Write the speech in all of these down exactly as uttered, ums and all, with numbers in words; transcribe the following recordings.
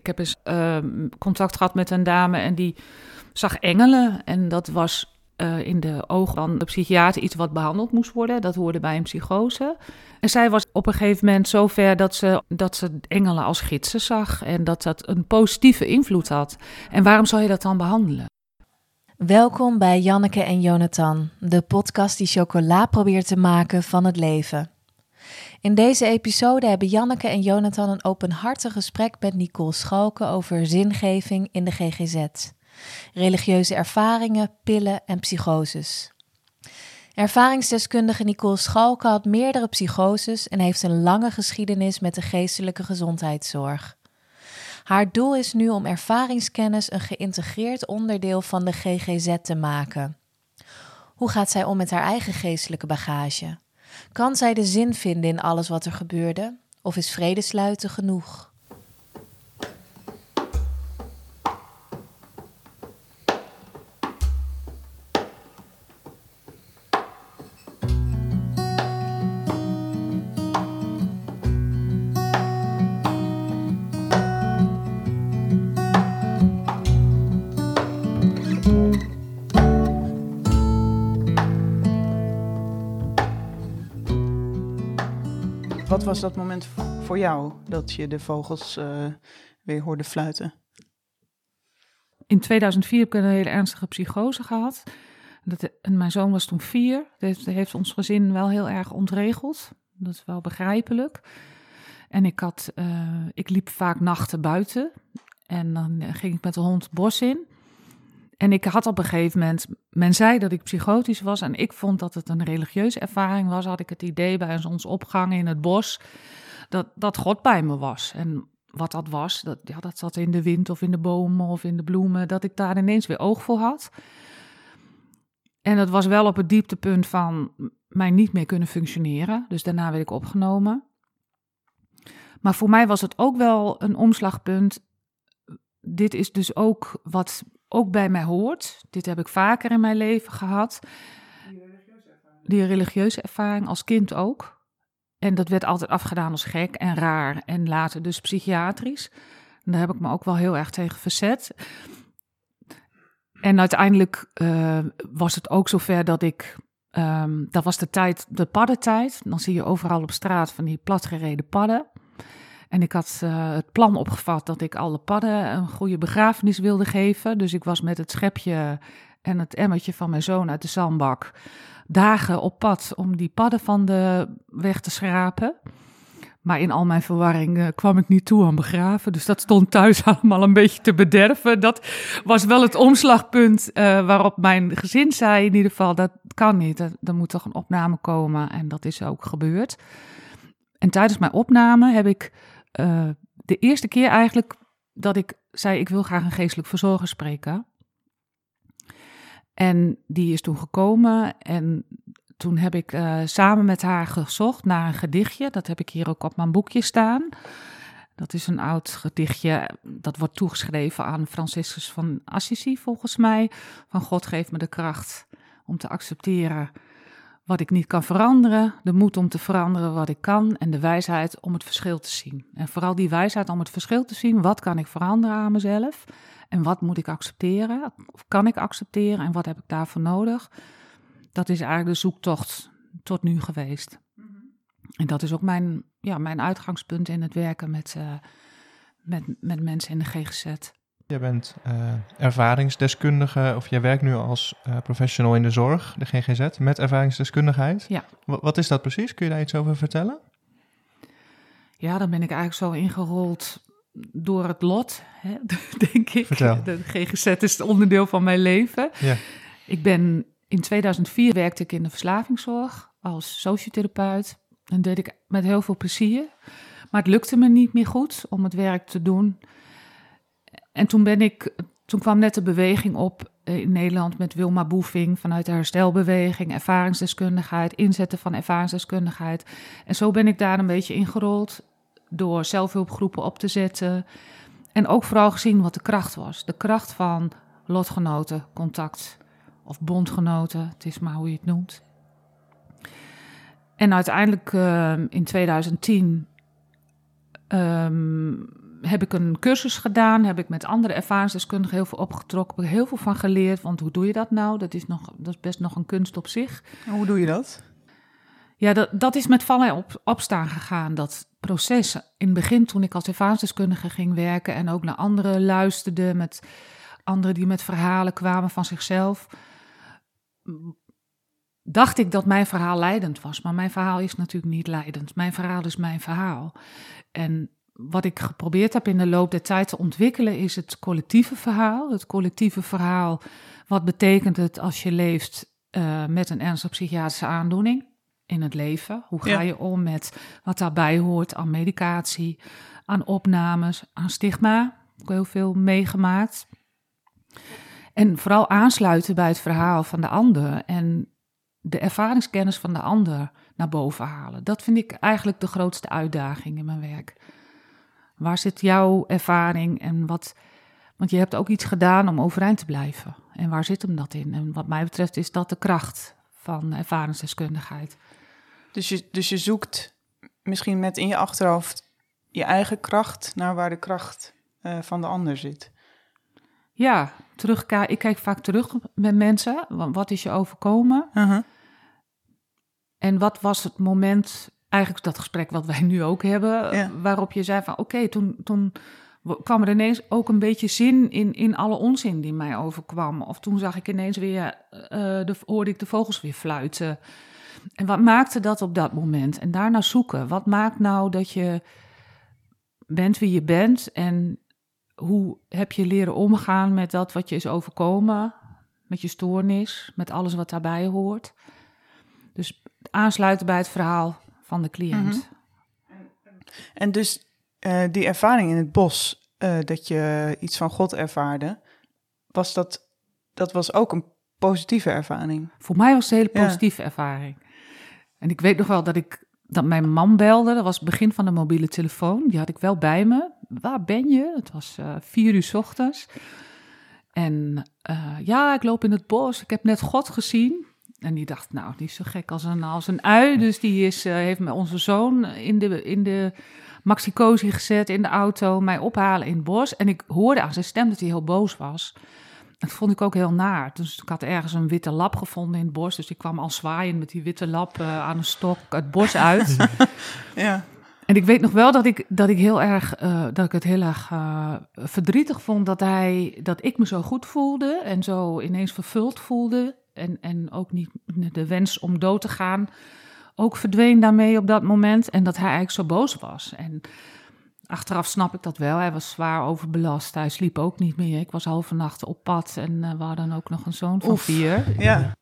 heb eens uh, contact gehad met een dame en die zag engelen. En dat was uh, in de ogen van de psychiater iets wat behandeld moest worden. Dat hoorde bij een psychose. En zij was op een gegeven moment zo ver dat ze, dat ze engelen als gidsen zag. En dat dat een positieve invloed had. En waarom zou je dat dan behandelen? Welkom bij Janneke en Jonathan, de podcast die chocola probeert te maken van het leven. In deze episode hebben Janneke en Jonathan een openhartig gesprek met Nicole Schalke over zingeving in de G G Z. Religieuze ervaringen, pillen en psychoses. Ervaringsdeskundige Nicole Schalke had meerdere psychoses en heeft een lange geschiedenis met de geestelijke gezondheidszorg. Haar doel is nu om ervaringskennis een geïntegreerd onderdeel van de G G Z te maken. Hoe gaat zij om met haar eigen geestelijke bagage? Kan zij de zin vinden in alles wat er gebeurde? Of is vrede sluiten genoeg? Wat was dat moment voor jou, dat je de vogels uh, weer hoorde fluiten? In tweeduizend vier heb ik een hele ernstige psychose gehad. Dat, en mijn zoon was toen vier. Dat heeft, dat heeft ons gezin wel heel erg ontregeld. Dat is wel begrijpelijk. En ik, had, uh, ik liep vaak nachten buiten. En dan ging ik met de hond het bos in. En ik had op een gegeven moment, men zei dat ik psychotisch was en ik vond dat het een religieuze ervaring was. Had ik het idee bij een zonsopgang in het bos dat, dat God bij me was. En wat dat was, dat, ja, dat zat in de wind of in de bomen of in de bloemen, dat ik daar ineens weer oog voor had. En dat was wel op het dieptepunt van mij niet meer kunnen functioneren. Dus daarna werd ik opgenomen. Maar voor mij was het ook wel een omslagpunt. Dit is dus ook wat ook bij mij hoort. Dit heb ik vaker in mijn leven gehad. Die religieuze ervaring. Die religieuze ervaring, als kind ook. En dat werd altijd afgedaan als gek en raar. En later dus psychiatrisch. En daar heb ik me ook wel heel erg tegen verzet. En uiteindelijk uh, was het ook zover dat ik... Um, dat was de tijd, de paddentijd. Dan zie je overal op straat van die platgereden padden. En ik had uh, het plan opgevat dat ik alle padden een goede begrafenis wilde geven. Dus ik was met het schepje en het emmertje van mijn zoon uit de zandbak dagen op pad om die padden van de weg te schrapen. Maar in al mijn verwarring uh, kwam ik niet toe aan begraven. Dus dat stond thuis allemaal een beetje te bederven. Dat was wel het omslagpunt uh, waarop mijn gezin zei in ieder geval, dat kan niet. Er, er moet toch een opname komen en dat is ook gebeurd. En tijdens mijn opname heb ik uh, de eerste keer eigenlijk dat ik zei, ik wil graag een geestelijk verzorger spreken. En die is toen gekomen en toen heb ik uh, samen met haar gezocht naar een gedichtje. Dat heb ik hier ook op mijn boekje staan. Dat is een oud gedichtje, dat wordt toegeschreven aan Franciscus van Assisi volgens mij. Van God geeft me de kracht om te accepteren wat ik niet kan veranderen, de moed om te veranderen wat ik kan en de wijsheid om het verschil te zien. En vooral die wijsheid om het verschil te zien, wat kan ik veranderen aan mezelf en wat moet ik accepteren, of kan ik accepteren en wat heb ik daarvoor nodig. Dat is eigenlijk de zoektocht tot nu geweest. Mm-hmm. En dat is ook mijn, ja, mijn uitgangspunt in het werken met, uh, met, met mensen in de G G Z. Jij bent uh, ervaringsdeskundige, of jij werkt nu als uh, professional in de zorg, de G G Z, met ervaringsdeskundigheid. Ja. W- wat is dat precies? Kun je daar iets over vertellen? Ja, dan ben ik eigenlijk zo ingerold door het lot, hè, denk ik. Vertel. De G G Z is het onderdeel van mijn leven. Ja. Ik ben, in tweeduizend vier werkte ik in de verslavingszorg als sociotherapeut. En deed ik met heel veel plezier. Maar het lukte me niet meer goed om het werk te doen. En toen ben ik, toen kwam net de beweging op in Nederland met Wilma Boefing vanuit de herstelbeweging, ervaringsdeskundigheid, inzetten van ervaringsdeskundigheid. En zo ben ik daar een beetje ingerold door zelfhulpgroepen op te zetten. En ook vooral gezien wat de kracht was. De kracht van lotgenoten, contact of bondgenoten, het is maar hoe je het noemt. En uiteindelijk uh, in tweeduizend tien um, heb ik een cursus gedaan, heb ik met andere ervaringsdeskundigen heel veel opgetrokken, heb ik heel veel van geleerd. Want hoe doe je dat nou? Dat is, nog, dat is best nog een kunst op zich. Hoe doe je dat? Ja, dat, dat is met vallen en op, opstaan gegaan, dat proces. In het begin, toen ik als ervaringsdeskundige ging werken en ook naar anderen luisterde, met anderen die met verhalen kwamen van zichzelf, dacht ik dat mijn verhaal leidend was. Maar mijn verhaal is natuurlijk niet leidend. Mijn verhaal is mijn verhaal. En wat ik geprobeerd heb in de loop der tijd te ontwikkelen is het collectieve verhaal. Het collectieve verhaal, wat betekent het als je leeft uh, met een ernstige psychiatrische aandoening in het leven? Hoe ga Ja. je om met wat daarbij hoort aan medicatie, aan opnames, aan stigma? Ik heb heel veel meegemaakt. En vooral aansluiten bij het verhaal van de ander en de ervaringskennis van de ander naar boven halen. Dat vind ik eigenlijk de grootste uitdaging in mijn werk. Waar zit jouw ervaring en wat... Want je hebt ook iets gedaan om overeind te blijven. En waar zit hem dat in? En wat mij betreft is dat de kracht van ervaringsdeskundigheid. Dus je, dus je zoekt misschien met in je achterhoofd je eigen kracht naar waar de kracht uh, van de ander zit. Ja, terugka- ik kijk vaak terug met mensen. Wat is je overkomen? Uh-huh. En wat was het moment, eigenlijk dat gesprek wat wij nu ook hebben, Ja. waarop je zei van oké, okay, toen, toen kwam er ineens ook een beetje zin in, in alle onzin die mij overkwam. Of toen zag ik ineens weer, uh, de, hoorde ik de vogels weer fluiten. En wat maakte dat op dat moment? En daarna zoeken. Wat maakt nou dat je bent wie je bent en hoe heb je leren omgaan met dat wat je is overkomen, met je stoornis, met alles wat daarbij hoort. Dus aansluiten bij het verhaal van de cliënt. Mm-hmm. En dus uh, die ervaring in het bos, uh, dat je iets van God ervaarde, was dat, dat was ook een positieve ervaring? Voor mij was het een hele positieve ja. ervaring. En ik weet nog wel dat ik dat mijn man belde. Dat was het begin van de mobiele telefoon. Die had ik wel bij me. Waar ben je? Het was uh, vier uur 's ochtends. En uh, ja, ik loop in het bos. Ik heb net God gezien. En die dacht, nou, die is zo gek als een, als een ui. Dus die is, uh, heeft met onze zoon in de, in de maxi-cosi gezet in de auto. Mij ophalen in het bos. En ik hoorde aan zijn stem dat hij heel boos was. Dat vond ik ook heel naar. Dus ik had ergens een witte lap gevonden in het bos. Dus ik kwam al zwaaiend met die witte lap uh, aan een stok het bos uit. Ja. En ik weet nog wel dat ik, dat ik heel erg, uh, dat ik het heel erg uh, verdrietig vond dat hij, dat ik me zo goed voelde en zo ineens vervuld voelde. En, en ook niet de wens om dood te gaan ook verdween daarmee op dat moment. En dat hij eigenlijk zo boos was. En achteraf snap ik dat wel. Hij was zwaar overbelast. Hij sliep ook niet meer. Ik was halve nacht op pad en uh, we hadden ook nog een zoon van Oef, vier. Ja.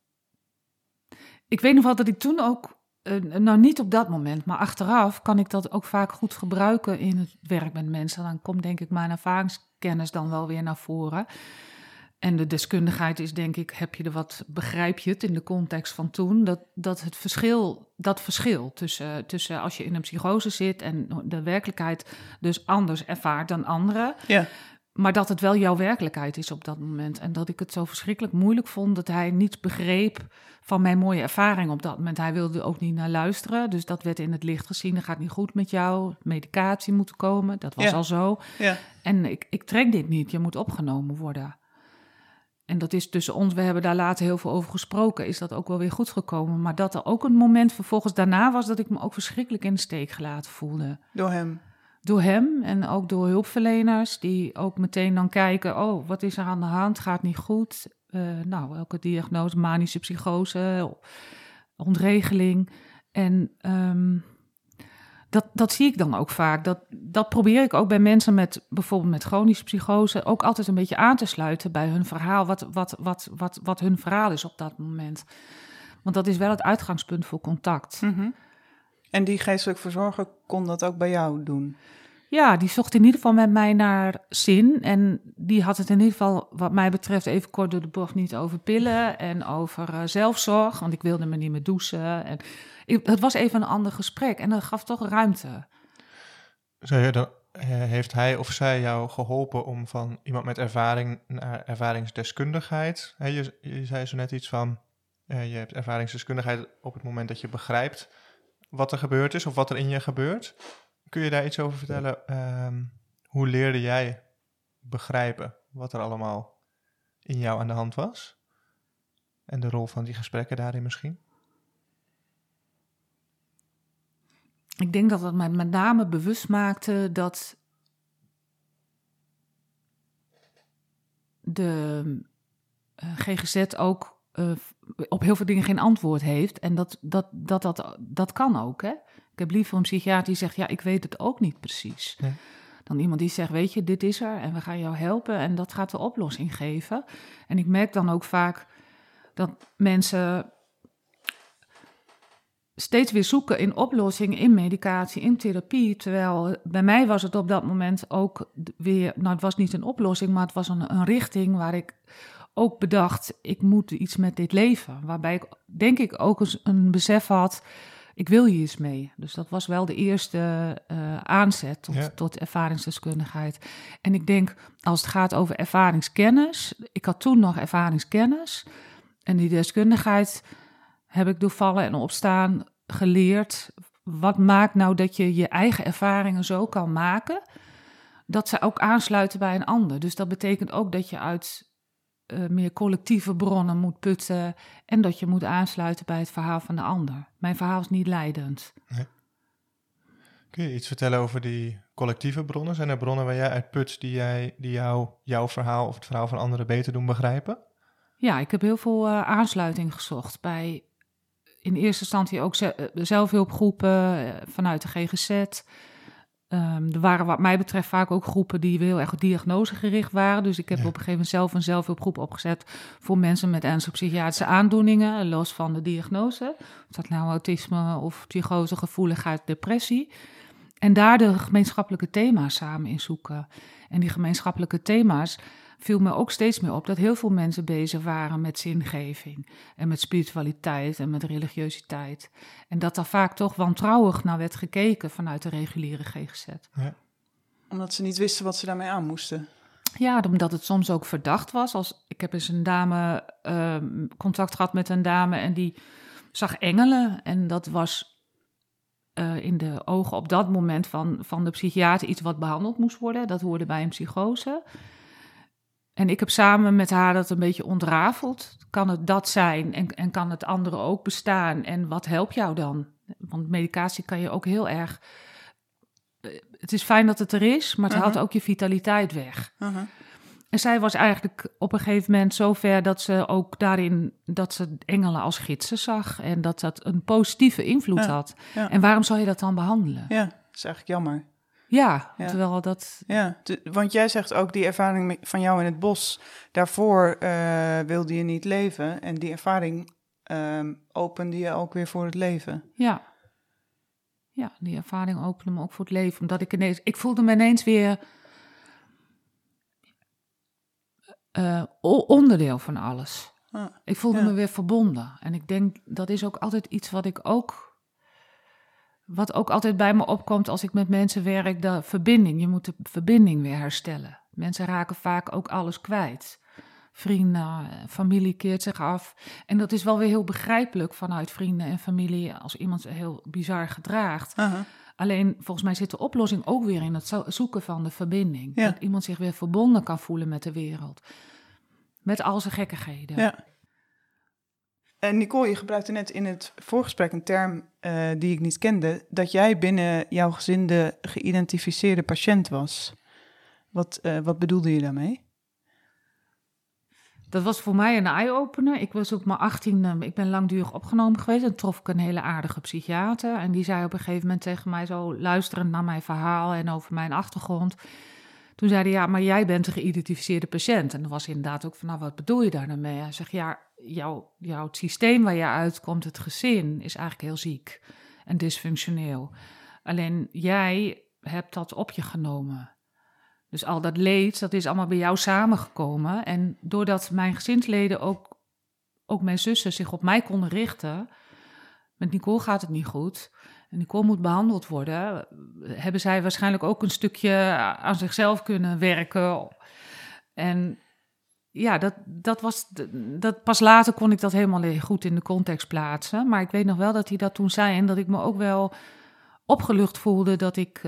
Ik weet nog wel dat ik toen ook, uh, nou niet op dat moment, maar achteraf kan ik dat ook vaak goed gebruiken in het werk met mensen. Dan komt denk ik mijn ervaringskennis dan wel weer naar voren. En de deskundigheid is denk ik, heb je er wat, begrijp je het in de context van toen, dat, dat het verschil, dat verschil tussen, tussen als je in een psychose zit en de werkelijkheid dus anders ervaart dan anderen, Ja. maar dat het wel jouw werkelijkheid is op dat moment. En dat ik het zo verschrikkelijk moeilijk vond dat hij niets begreep van mijn mooie ervaring op dat moment. Hij wilde ook niet naar luisteren, dus dat werd in het licht gezien. Het gaat niet goed met jou, medicatie moet komen, dat was Ja. al zo. Ja. En ik, ik trek dit niet, je moet opgenomen worden. En dat is tussen ons, we hebben daar later heel veel over gesproken, is dat ook wel weer goed gekomen. Maar dat er ook een moment vervolgens daarna was dat ik me ook verschrikkelijk in de steek gelaten voelde. Door hem? Door hem en ook door hulpverleners die ook meteen dan kijken, oh, wat is er aan de hand, gaat niet goed. Uh, nou, welke diagnose, manische psychose, ontregeling. En um, dat, dat zie ik dan ook vaak. Dat, dat probeer ik ook bij mensen met bijvoorbeeld met chronische psychose ook altijd een beetje aan te sluiten bij hun verhaal. Wat, wat, wat, wat, wat hun verhaal is op dat moment. Want dat is wel het uitgangspunt voor contact. Mm-hmm. En die geestelijk verzorger kon dat ook bij jou doen? Ja, die zocht in ieder geval met mij naar zin. En die had het in ieder geval, wat mij betreft, even kort door de bocht niet over pillen en over uh, zelfzorg. Want ik wilde me niet meer douchen. En ik, het was even een ander gesprek en dat gaf toch ruimte. Zeg je, dan, heeft hij of zij jou geholpen om van iemand met ervaring naar ervaringsdeskundigheid? He, je, je zei zo net iets van, uh, je hebt ervaringsdeskundigheid op het moment dat je begrijpt wat er gebeurd is of wat er in je gebeurt. Kun je daar iets over vertellen? Um, Hoe leerde jij begrijpen wat er allemaal in jou aan de hand was? En de rol van die gesprekken daarin misschien? Ik denk dat het mij met name bewust maakte dat de uh, G G Z ook uh, op heel veel dingen geen antwoord heeft. En dat dat, dat, dat, dat kan ook. Hè? Ik heb liever een psychiater die zegt, ja, ik weet het ook niet precies. Nee. Dan iemand die zegt, weet je, dit is er en we gaan jou helpen en dat gaat de oplossing geven. En ik merk dan ook vaak dat mensen steeds weer zoeken in oplossingen, in medicatie, in therapie. Terwijl bij mij was het op dat moment ook weer, nou het was niet een oplossing, maar het was een, een richting waar ik ook bedacht, ik moet iets met dit leven. Waarbij ik denk ik ook eens een besef had, ik wil hier iets mee. Dus dat was wel de eerste uh, aanzet tot, ja. tot ervaringsdeskundigheid. En ik denk, als het gaat over ervaringskennis, ik had toen nog ervaringskennis en die deskundigheid heb ik door vallen en opstaan geleerd. Wat maakt nou dat je je eigen ervaringen zo kan maken, dat ze ook aansluiten bij een ander. Dus dat betekent ook dat je uit uh, meer collectieve bronnen moet putten en dat je moet aansluiten bij het verhaal van de ander. Mijn verhaal is niet leidend. Nee. Kun je iets vertellen over die collectieve bronnen? Zijn er bronnen waar jij uit put die, jij, die jou, jouw verhaal of het verhaal van anderen beter doen begrijpen? Ja, ik heb heel veel uh, aansluiting gezocht bij in eerste instantie ook zelfhulpgroepen vanuit de G G Z. Um, er waren wat mij betreft vaak ook groepen die heel erg diagnosegericht waren. Dus ik heb ja. op een gegeven moment zelf een zelfhulpgroep opgezet voor mensen met ernstige psychiatrische aandoeningen, los van de diagnose. Of dat nou autisme of psychose, gevoeligheid, depressie. En daar de gemeenschappelijke thema's samen in zoeken. En die gemeenschappelijke thema's viel me ook steeds meer op dat heel veel mensen bezig waren met zingeving en met spiritualiteit en met religiositeit. En dat daar vaak toch wantrouwig naar werd gekeken vanuit de reguliere G G Z. Ja. Omdat ze niet wisten wat ze daarmee aan moesten. Ja, omdat het soms ook verdacht was. Als, ik heb eens een dame, uh, contact gehad met een dame en die zag engelen. En dat was uh, in de ogen op dat moment van, van de psychiater iets wat behandeld moest worden. Dat hoorde bij een psychose. En ik heb samen met haar dat een beetje ontrafeld. Kan het dat zijn en, en kan het andere ook bestaan? En wat helpt jou dan? Want medicatie kan je ook heel erg... Het is fijn dat het er is, maar het uh-huh. haalt ook je vitaliteit weg. Uh-huh. En zij was eigenlijk op een gegeven moment zo ver dat ze ook daarin... dat ze engelen als gidsen zag en dat dat een positieve invloed ja, had. Ja. En waarom zou je dat dan behandelen? Ja, dat is eigenlijk jammer. Ja, ja, terwijl dat... Ja, de, want jij zegt ook die ervaring van jou in het bos, daarvoor uh, wilde je niet leven. En die ervaring uh, opende je ook weer voor het leven. Ja. Ja, die ervaring opende me ook voor het leven. Omdat ik ineens... Ik voelde me ineens weer uh, onderdeel van alles. Ah, ik voelde ja. me weer verbonden. En ik denk, dat is ook altijd iets wat ik ook... Wat ook altijd bij me opkomt als ik met mensen werk, de verbinding. Je moet de verbinding weer herstellen. Mensen raken vaak ook alles kwijt. Vrienden, familie keert zich af. En dat is wel weer heel begrijpelijk vanuit vrienden en familie als iemand zich heel bizar gedraagt. Uh-huh. Alleen volgens mij zit de oplossing ook weer in het zoeken van de verbinding. Ja. Dat iemand zich weer verbonden kan voelen met de wereld. Met al zijn gekkigheden. Ja. En Nicole, je gebruikte net in het voorgesprek een term uh, die ik niet kende, dat jij binnen jouw gezin de geïdentificeerde patiënt was. Wat, uh, wat bedoelde je daarmee? Dat was voor mij een eye-opener. Ik was op mijn achttiende, ik ben langdurig opgenomen geweest en trof ik een hele aardige psychiater. En die zei op een gegeven moment tegen mij zo, luisterend naar mijn verhaal en over mijn achtergrond. Toen zei hij, ja, maar jij bent een geïdentificeerde patiënt. En dan was inderdaad ook van, nou, wat bedoel je daar nou mee? Hij zegt, ja, jouw, jouw het systeem waar je uitkomt, het gezin, is eigenlijk heel ziek en dysfunctioneel. Alleen jij hebt dat op je genomen. Dus al dat leed, dat is allemaal bij jou samengekomen. En doordat mijn gezinsleden, ook, ook mijn zussen, zich op mij konden richten, met Nicole gaat het niet goed en Nicole moet behandeld worden, hebben zij waarschijnlijk ook een stukje aan zichzelf kunnen werken. En ja, dat, dat was, dat pas later kon ik dat helemaal goed in de context plaatsen. Maar ik weet nog wel dat hij dat toen zei en dat ik me ook wel opgelucht voelde dat ik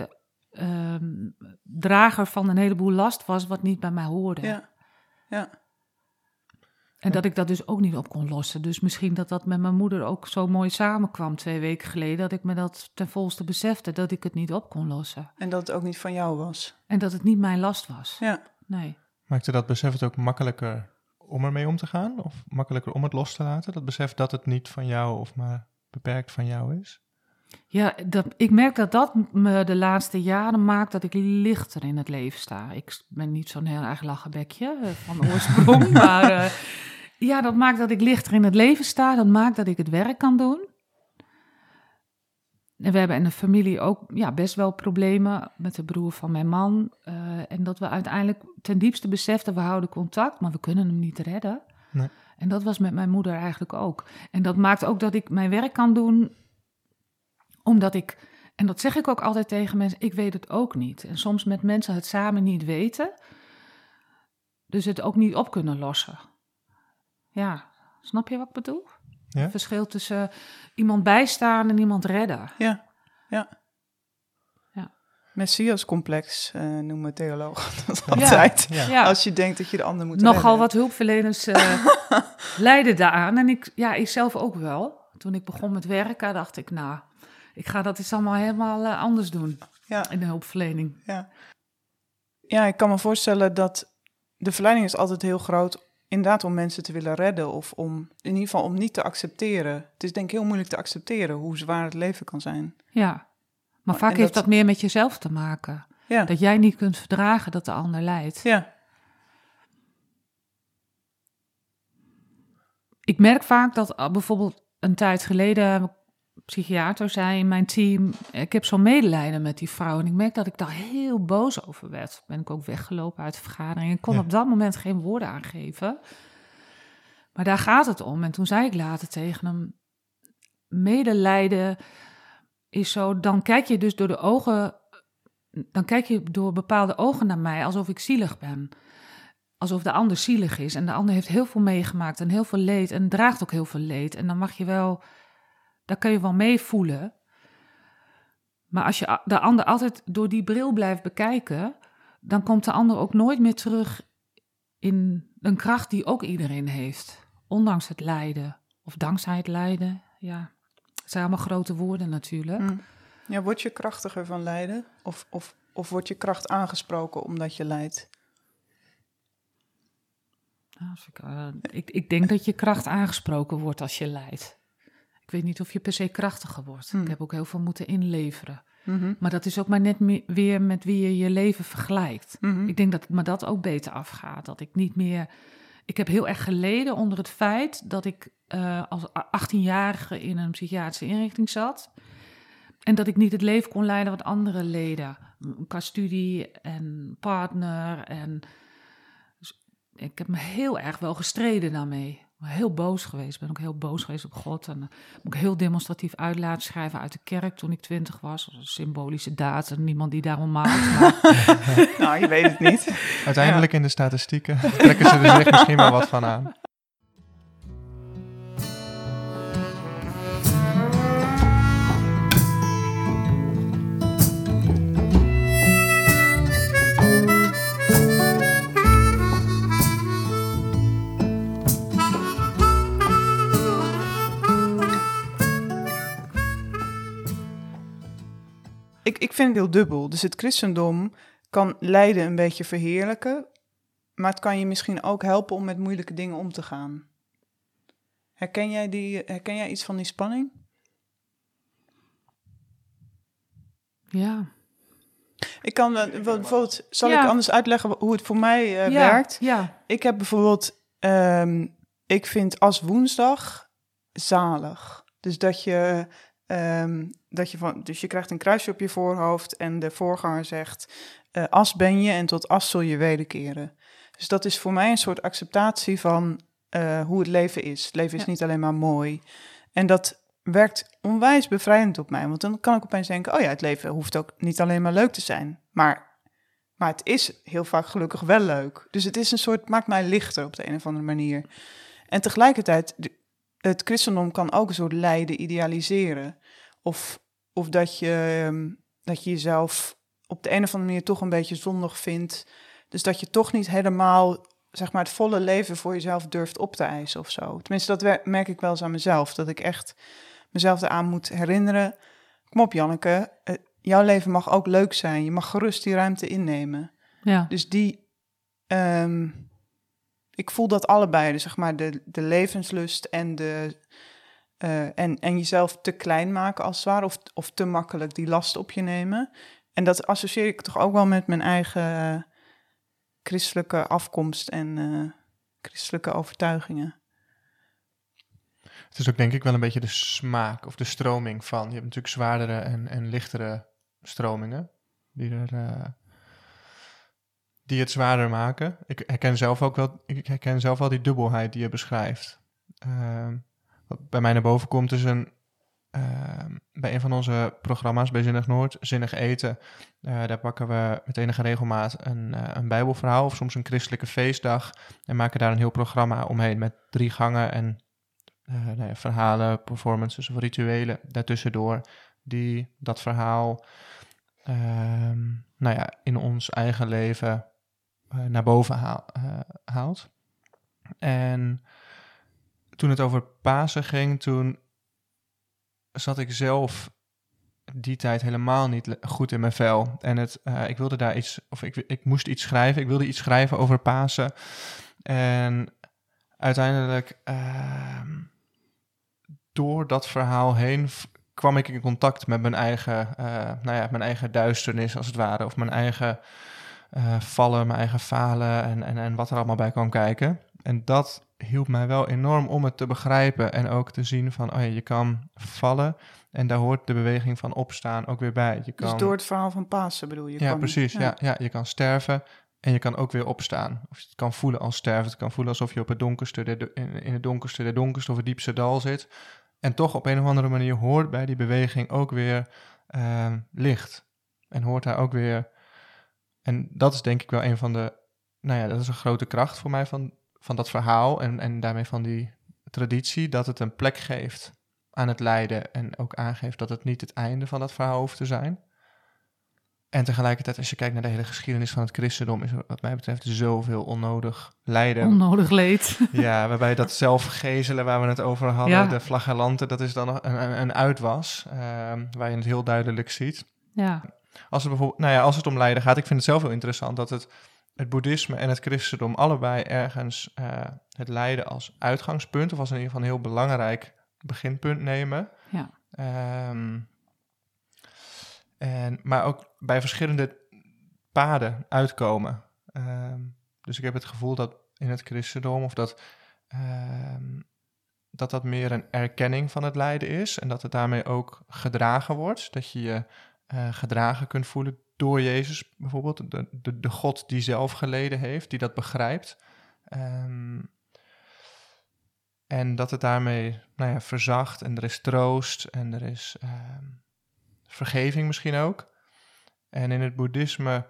um, drager van een heleboel last was wat niet bij mij hoorde. Ja, ja. En dat ik dat dus ook niet op kon lossen. Dus misschien dat dat met mijn moeder ook zo mooi samenkwam twee weken geleden, dat ik me dat ten volste besefte, dat ik het niet op kon lossen. En dat het ook niet van jou was. En dat het niet mijn last was. Ja. Nee. Maakte dat besef het ook makkelijker om ermee om te gaan? Of makkelijker om het los te laten? Dat besef dat het niet van jou of maar beperkt van jou is? Ja, dat, ik merk dat dat me de laatste jaren maakt dat ik lichter in het leven sta. Ik ben niet zo'n heel erg lachenbekje uh, van oorsprong, maar uh, ja, dat maakt dat ik lichter in het leven sta. Dat maakt dat ik het werk kan doen. En we hebben in de familie ook ja, best wel problemen met de broer van mijn man. Uh, en dat we uiteindelijk ten diepste beseften, we houden contact, maar we kunnen hem niet redden. Nee. En dat was met mijn moeder eigenlijk ook. En dat maakt ook dat ik mijn werk kan doen, omdat ik, en dat zeg ik ook altijd tegen mensen, ik weet het ook niet. En soms met mensen het samen niet weten, dus het ook niet op kunnen lossen. Ja, snap je wat ik bedoel? Ja? Het verschil tussen uh, iemand bijstaan en iemand redden. Ja, ja. ja. Messias-complex uh, noemen theologen dat altijd. Ja. Ja. Als je denkt dat je de ander moet Nogal redden. wat hulpverleners uh, leiden daaraan. En ik, ja, ik zelf ook wel. Toen ik begon met werken, dacht ik, nou, ik ga dat eens allemaal helemaal uh, anders doen Ja. in de hulpverlening. Ja. ja, ik kan me voorstellen dat de verleiding is altijd heel groot, inderdaad om mensen te willen redden of om, in ieder geval om niet te accepteren. Het is denk ik heel moeilijk te accepteren hoe zwaar het leven kan zijn. Ja, maar vaak en heeft dat- dat meer met jezelf te maken. Ja, Dat jij niet kunt verdragen dat de ander lijdt. ja, Ik merk vaak dat uh, bijvoorbeeld een tijd geleden een psychiater zei in mijn team, ik heb zo'n medelijden met die vrouw. En ik merk dat ik daar heel boos over werd. Ben ik ook weggelopen uit de vergadering. Ik kon Ja. op dat moment geen woorden aangeven. Maar daar gaat het om. En toen zei ik later tegen hem, medelijden is zo, dan kijk je dus door de ogen, dan kijk je door bepaalde ogen naar mij, alsof ik zielig ben. Alsof de ander zielig is. En de ander heeft heel veel meegemaakt en heel veel leed en draagt ook heel veel leed. En dan mag je wel, daar kun je wel mee voelen. Maar als je de ander altijd door die bril blijft bekijken, dan komt de ander ook nooit meer terug in een kracht die ook iedereen heeft. Ondanks het lijden. Of dankzij het lijden. Ja, het zijn allemaal grote woorden natuurlijk. Hm. Ja, word je krachtiger van lijden? Of, of, of wordt je kracht aangesproken omdat je lijdt? Nou, als ik, uh, ik, ik denk dat je kracht aangesproken wordt als je lijdt. Ik weet niet of je per se krachtiger wordt. Hm. Ik heb ook heel veel moeten inleveren. Mhm. Maar dat is ook maar net me- weer met wie je je leven vergelijkt. Mhm. Ik denk dat me dat ook beter afgaat. Dat ik niet meer... Ik heb heel erg geleden onder het feit dat ik uh, als achttienjarige in een psychiatrische inrichting zat. En dat ik niet het leven kon leiden wat anderen leden. Qua studie en partner. En dus ik heb me heel erg wel gestreden daarmee. Ik ben heel boos geweest. Ik ben ook heel boos geweest op God. En uh, moet ik heel demonstratief uit laten schrijven uit de kerk toen ik twintig was. Dat was een symbolische daad en niemand die daarom maakt. Maar Nou, je weet het niet. Uiteindelijk in de statistieken trekken ze er zich misschien wel wat van aan. Ik, ik vind het heel dubbel. Dus het christendom kan lijden een beetje verheerlijken, maar het kan je misschien ook helpen om met moeilijke dingen om te gaan. Herken jij, die, herken jij iets van die spanning? ja. Ik kan uh, bijvoorbeeld, zal Ja. ik anders uitleggen hoe het voor mij uh, ja, werkt? Ja, Ik heb bijvoorbeeld, um, ik vind als woensdag zalig. Dus dat je, um, dat je van, dus je krijgt een kruisje op je voorhoofd en de voorganger zegt, uh, as ben je en tot as zul je wederkeren. Dus dat is voor mij een soort acceptatie van uh, hoe het leven is. Het leven is Ja. niet alleen maar mooi. En dat werkt onwijs bevrijdend op mij. Want dan kan ik opeens denken, oh ja, het leven hoeft ook niet alleen maar leuk te zijn. Maar, maar het is heel vaak gelukkig wel leuk. Dus het is een soort, maakt mij lichter op de een of andere manier. En tegelijkertijd, de- het christendom kan ook een soort lijden idealiseren. Of, of dat je, um, dat je jezelf op de een of andere manier toch een beetje zondig vindt. Dus dat je toch niet helemaal, zeg maar, het volle leven voor jezelf durft op te eisen of zo. Tenminste, dat merk ik wel eens aan mezelf. Dat ik echt mezelf eraan moet herinneren. Kom op, Janneke, uh, jouw leven mag ook leuk zijn. Je mag gerust die ruimte innemen. Ja. Dus die, um, ik voel dat allebei. Dus zeg maar de, de levenslust en, de, uh, en, en jezelf te klein maken als het ware. Of, of te makkelijk die last op je nemen. En dat associeer ik toch ook wel met mijn eigen uh, christelijke afkomst en uh, christelijke overtuigingen. Het is ook denk ik wel een beetje de smaak of de stroming van. Je hebt natuurlijk zwaardere en, en lichtere stromingen die, er, uh, die het zwaarder maken. Ik herken zelf ook wel, ik herken zelf wel die dubbelheid die je beschrijft. Uh, wat bij mij naar boven komt is een, uh, bij een van onze programma's bij Zinnig Noord, Zinnig Eten, uh, daar pakken we met enige regelmaat een, uh, een bijbelverhaal of soms een christelijke feestdag en maken daar een heel programma omheen met drie gangen en Uh, nou ja, verhalen, performances of rituelen daartussendoor die dat verhaal uh, nou ja, in ons eigen leven uh, naar boven haal, uh, haalt. En toen het over Pasen ging, toen zat ik zelf die tijd helemaal niet goed in mijn vel. En het, uh, ik wilde daar iets, of ik, ik moest iets schrijven, ik wilde iets schrijven over Pasen. En uiteindelijk Uh, door dat verhaal heen v- kwam ik in contact met mijn eigen, uh, nou ja, mijn eigen duisternis als het ware. Of mijn eigen uh, vallen, mijn eigen falen en, en, en wat er allemaal bij kwam kijken. En dat hielp mij wel enorm om het te begrijpen en ook te zien van, oh ja, je kan vallen en daar hoort de beweging van opstaan ook weer bij. Je kan, dus door het verhaal van Pasen bedoel je? Ja, kan, precies. Ja. Ja, Ja, je kan sterven en je kan ook weer opstaan. Of je het kan voelen als sterven. Het kan voelen alsof je op het donkerste de, in, in het donkerste de donkerste of het diepste dal zit. En toch op een of andere manier hoort bij die beweging ook weer uh, licht. En hoort daar ook weer. En dat is denk ik wel een van de. Nou ja, dat is een grote kracht voor mij van, van dat verhaal. En, en daarmee van die traditie. Dat het een plek geeft aan het lijden. En ook aangeeft dat het niet het einde van dat verhaal hoeft te zijn. En tegelijkertijd, als je kijkt naar de hele geschiedenis van het christendom, is er wat mij betreft zoveel onnodig lijden. Onnodig leed. Ja, waarbij dat zelfgezelen waar we het over hadden, Ja. de flagellanten, dat is dan een, een, een uitwas, uh, waar je het heel duidelijk ziet. Ja. Als het bijvoorbeeld, nou ja, als het om lijden gaat, ik vind het zelf heel interessant dat het, het boeddhisme en het christendom allebei ergens uh, het lijden als uitgangspunt, of als in ieder geval een heel belangrijk beginpunt nemen. Ja. Um, En, maar ook bij verschillende paden uitkomen. Um, dus ik heb het gevoel dat in het christendom of dat, um, dat dat meer een erkenning van het lijden is. En dat het daarmee ook gedragen wordt. Dat je je uh, gedragen kunt voelen door Jezus bijvoorbeeld. De, de, de God die zelf geleden heeft, die dat begrijpt. Um, en dat het daarmee nou ja, verzacht en er is troost en er is Um, vergeving misschien ook. En in het boeddhisme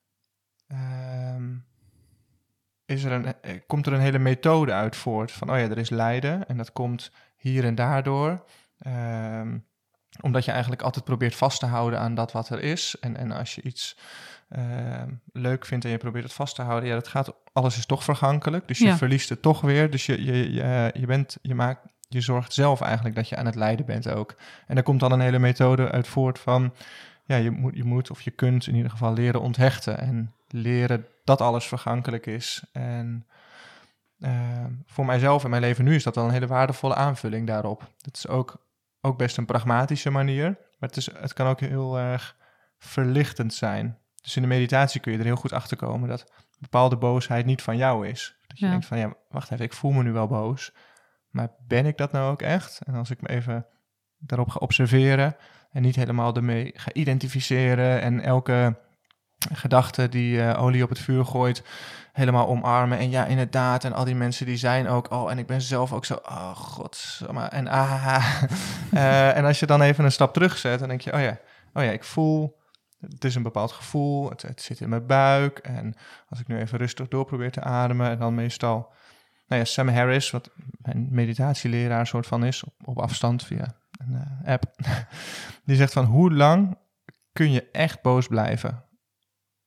um, is er een, komt er een hele methode uit voort. Van, oh ja, er is lijden en dat komt hier en daardoor. Um, omdat je eigenlijk altijd probeert vast te houden aan dat wat er is. En, en als je iets uh, leuk vindt en je probeert het vast te houden, ja, dat gaat, alles is toch vergankelijk. Dus je Ja. verliest het toch weer. Dus je, je, je, je bent, je maakt... Je zorgt zelf eigenlijk dat je aan het lijden bent ook. En daar komt dan een hele methode uit voort van, ja, je moet, je moet of je kunt in ieder geval leren onthechten en leren dat alles vergankelijk is. En uh, voor mijzelf en mijn leven nu is dat wel een hele waardevolle aanvulling daarop. Het is ook, ook best een pragmatische manier, maar het, is, het kan ook heel erg verlichtend zijn. Dus in de meditatie kun je er heel goed achter komen dat bepaalde boosheid niet van jou is. Dat je Ja. denkt van, ja, wacht even, ik voel me nu wel boos. Maar ben ik dat nou ook echt? En als ik me even daarop ga observeren en niet helemaal ermee ga identificeren en elke gedachte die uh, olie op het vuur gooit, helemaal omarmen. En ja, inderdaad, en al die mensen die zijn ook, oh, en ik ben zelf ook zo, oh god, en ah. uh, en als je dan even een stap terugzet, dan denk je, oh ja, oh ja, ik voel, het is een bepaald gevoel, het, het zit in mijn buik. En als ik nu even rustig door probeer te ademen en dan meestal, nou ja, Sam Harris, wat mijn meditatieleraar soort van is, op, op afstand via een uh, app, die zegt van, hoe lang kun je echt boos blijven?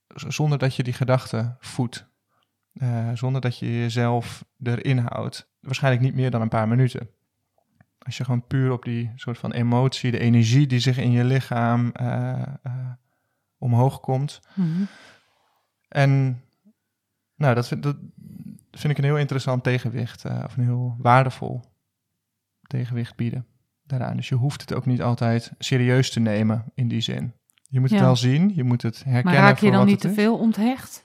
zonder dat je die gedachten voedt. Uh, zonder dat je jezelf erin houdt. Waarschijnlijk niet meer dan een paar minuten. Als je gewoon puur op die soort van emotie, de energie die zich in je lichaam uh, uh, omhoog komt. Mm-hmm. En nou, dat vind, dat vind ik een heel interessant tegenwicht. Uh, of een heel waardevol tegenwicht bieden daaraan. Dus je hoeft het ook niet altijd serieus te nemen in die zin. Je moet het ja. wel zien, je moet het herkennen. Maar raak je voor dan wat niet het te is. veel onthecht?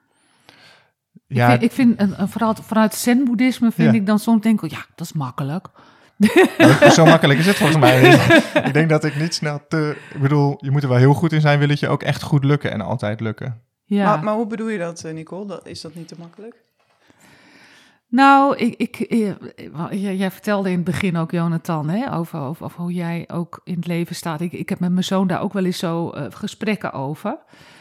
Ja, ik vind, ik vind een, een, vooral vanuit zen-boeddhisme vind ja. ik dan soms denk ik, ja, dat is makkelijk. Nou, zo makkelijk is het volgens mij niet. Ik denk dat ik niet snel te... Ik bedoel, je moet er wel heel goed in zijn, wil het je ook echt goed lukken en altijd lukken. Ja. Maar, maar hoe bedoel je dat, Nicole? Dat, is dat niet te makkelijk? Nou, ik, ik, ik, jij vertelde in het begin ook, Jonathan, hè, over, over, over hoe jij ook in het leven staat. Ik, ik heb met mijn zoon daar ook wel eens zo uh, gesprekken over.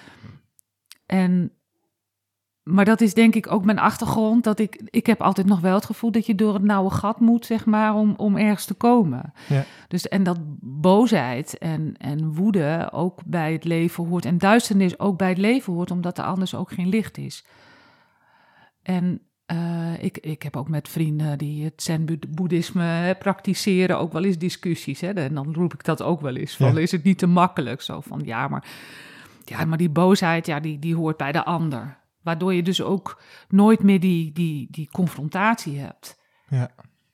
En... Maar dat is denk ik ook mijn achtergrond, dat ik, ik heb altijd nog wel het gevoel dat je door het nauwe gat moet, zeg maar, om, om ergens te komen. Ja. Dus, en dat boosheid en, en woede ook bij het leven hoort en duisternis ook bij het leven hoort, omdat er anders ook geen licht is. En uh, ik, ik heb ook met vrienden die het zen-boeddhisme praktiseren ook wel eens discussies. Hè? En dan roep ik dat ook wel eens van, ja. Is het niet te makkelijk? Zo van, ja, maar, ja, maar die boosheid, ja, die, die hoort bij de ander. Waardoor je dus ook nooit meer die, die, die confrontatie hebt. Ja.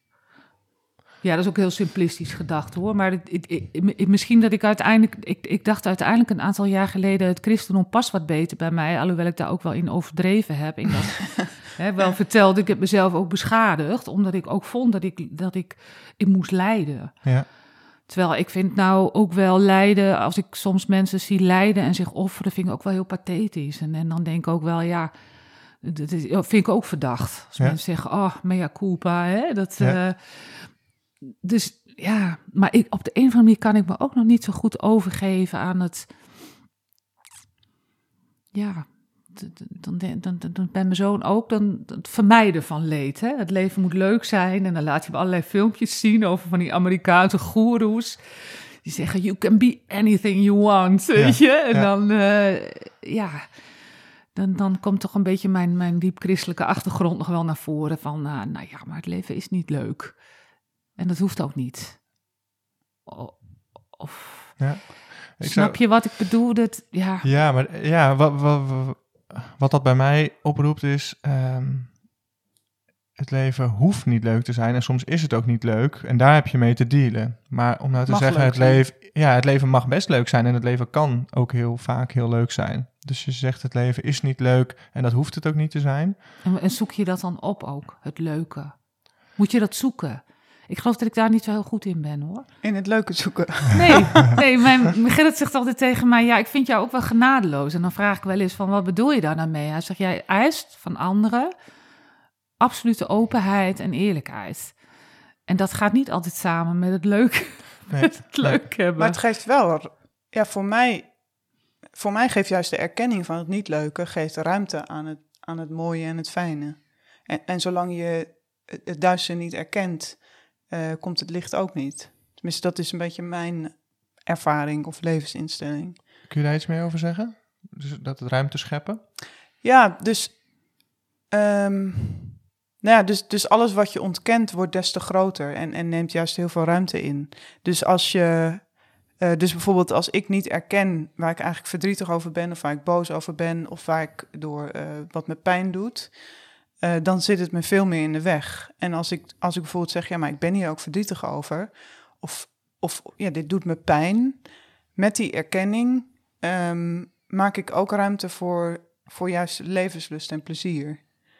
Ja, dat is ook heel simplistisch gedacht hoor. Maar het, het, het, misschien dat ik uiteindelijk... Ik, ik dacht uiteindelijk een aantal jaar geleden... het christendom past wat beter bij mij. Alhoewel ik daar ook wel in overdreven heb. Ik dat, hè, wel vertelde, ik heb mezelf ook beschadigd. Omdat ik ook vond dat ik, dat ik, ik moest lijden. Ja. Terwijl ik vind nou ook wel lijden, als ik soms mensen zie lijden en zich offeren, vind ik ook wel heel pathetisch. En, en dan denk ik ook wel, ja, dat is, vind ik ook verdacht. Als ja. mensen zeggen, oh, mea culpa, hè. Dat, ja. uh, dus ja, maar ik, op de een of andere manier kan ik me ook nog niet zo goed overgeven aan het, ja, dan, dan, dan, dan bij mijn zoon ook, dan het vermijden van leed. Hè? Het leven moet leuk zijn. En dan laat je hem allerlei filmpjes zien over van die Amerikaanse goeroes. Die zeggen, you can be anything you want, ja, weet je. En ja. dan, uh, ja, dan, dan komt toch een beetje mijn, mijn diep christelijke achtergrond nog wel naar voren. Van, uh, nou ja, maar het leven is niet leuk. En dat hoeft ook niet. Of... Ja. Ik Snap zou... je wat ik bedoel? Dat, ja. ja, maar ja, wat, wat, wat, wat dat bij mij oproept is... Um, het leven hoeft niet leuk te zijn en soms is het ook niet leuk. En daar heb je mee te dealen. Maar om nou te mag zeggen, het leven, ja, het leven mag best leuk zijn... en het leven kan ook heel vaak heel leuk zijn. Dus je zegt, het leven is niet leuk en dat hoeft het ook niet te zijn. En, en zoek je dat dan op ook, het leuke? Moet je dat zoeken? Ik geloof dat ik daar niet zo heel goed in ben, hoor. In het leuke zoeken? Nee, nee mijn Gerrit zegt altijd tegen mij... ja, ik vind jou ook wel genadeloos. En dan vraag ik wel eens van, wat bedoel je daar nou mee? Hij zegt, jij eist van anderen absolute openheid en eerlijkheid. En dat gaat niet altijd samen met het leuk, nee, met het leuk nee. hebben. Maar het geeft wel... Ja, voor mij, voor mij geeft juist de erkenning van het niet leuke... geeft ruimte aan het, aan het mooie en het fijne. En, en zolang je het duister niet erkent... Uh, komt het licht ook niet. Tenminste, dat is een beetje mijn ervaring of levensinstelling. Kun je daar iets meer over zeggen? Dus dat het ruimte scheppen? Ja, dus, um, nou ja, dus, dus alles wat je ontkent wordt des te groter en, en neemt juist heel veel ruimte in. Dus als je, uh, dus bijvoorbeeld als ik niet erken waar ik eigenlijk verdrietig over ben... of waar ik boos over ben of waar ik door uh, wat me pijn doet... Uh, dan zit het me veel meer in de weg. En als ik, als ik bijvoorbeeld zeg, ja, maar ik ben hier ook verdrietig over... of, of ja, dit doet me pijn... met die erkenning um, maak ik ook ruimte voor, voor juist levenslust en plezier.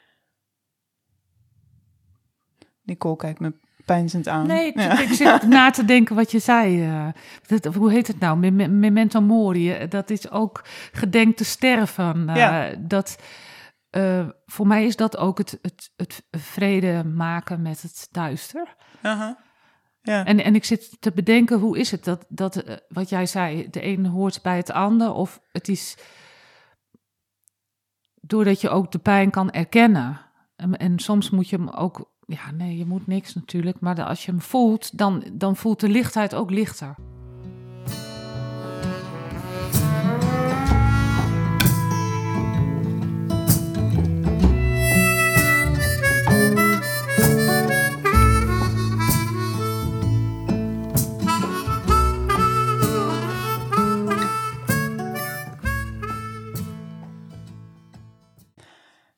Nicole kijkt me peinzend aan. Nee, ik, ja. ik zit na te denken wat je zei. Uh, dat, hoe heet het nou? Memento mori. Dat is ook gedenk te sterven. Uh, ja. Dat... Uh, voor mij is dat ook het, het, het vrede maken met het duister. Uh-huh. Ja. En, en ik zit te bedenken, hoe is het dat, dat uh, wat jij zei, de een hoort bij het ander, of het is doordat je ook de pijn kan erkennen. En, en soms moet je hem ook, ja nee, je moet niks natuurlijk, maar de, als je hem voelt, dan, dan voelt de lichtheid ook lichter.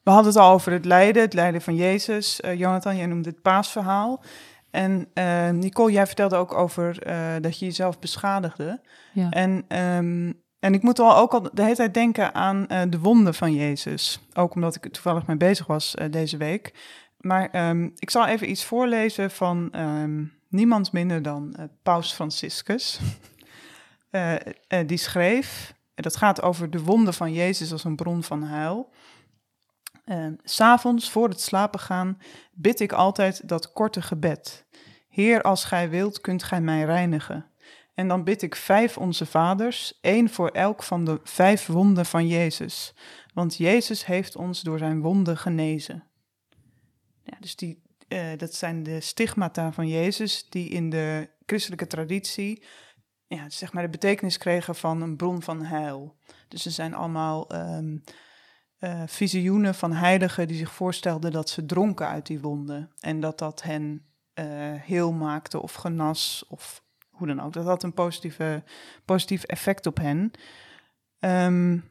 we hadden het al over het lijden, het lijden van Jezus. Uh, Jonathan, jij noemde het paasverhaal. En uh, Nicole, jij vertelde ook over uh, dat je jezelf beschadigde. Ja. En, um, en ik moet wel ook al de hele tijd denken aan uh, de wonden van Jezus. Ook omdat ik er toevallig mee bezig was uh, deze week. Maar um, ik zal even iets voorlezen van um, niemand minder dan uh, Paus Franciscus. uh, uh, die schreef, dat gaat over de wonden van Jezus als een bron van heil. Uh, 's avonds voor het slapen gaan bid ik altijd dat korte gebed. Heer, als gij wilt, kunt gij mij reinigen. En dan bid ik vijf onze vaders, één voor elk van de vijf wonden van Jezus. Want Jezus heeft ons door zijn wonden genezen. Ja, dus die, uh, dat zijn de stigmata van Jezus die in de christelijke traditie, ja, zeg maar de betekenis kregen van een bron van heil. Dus er zijn allemaal um, uh, visioenen van heiligen die zich voorstelden dat ze dronken uit die wonden. En dat dat hen uh, heel maakte of genas of hoe dan ook. Dat had een positieve, positief effect op hen. Um,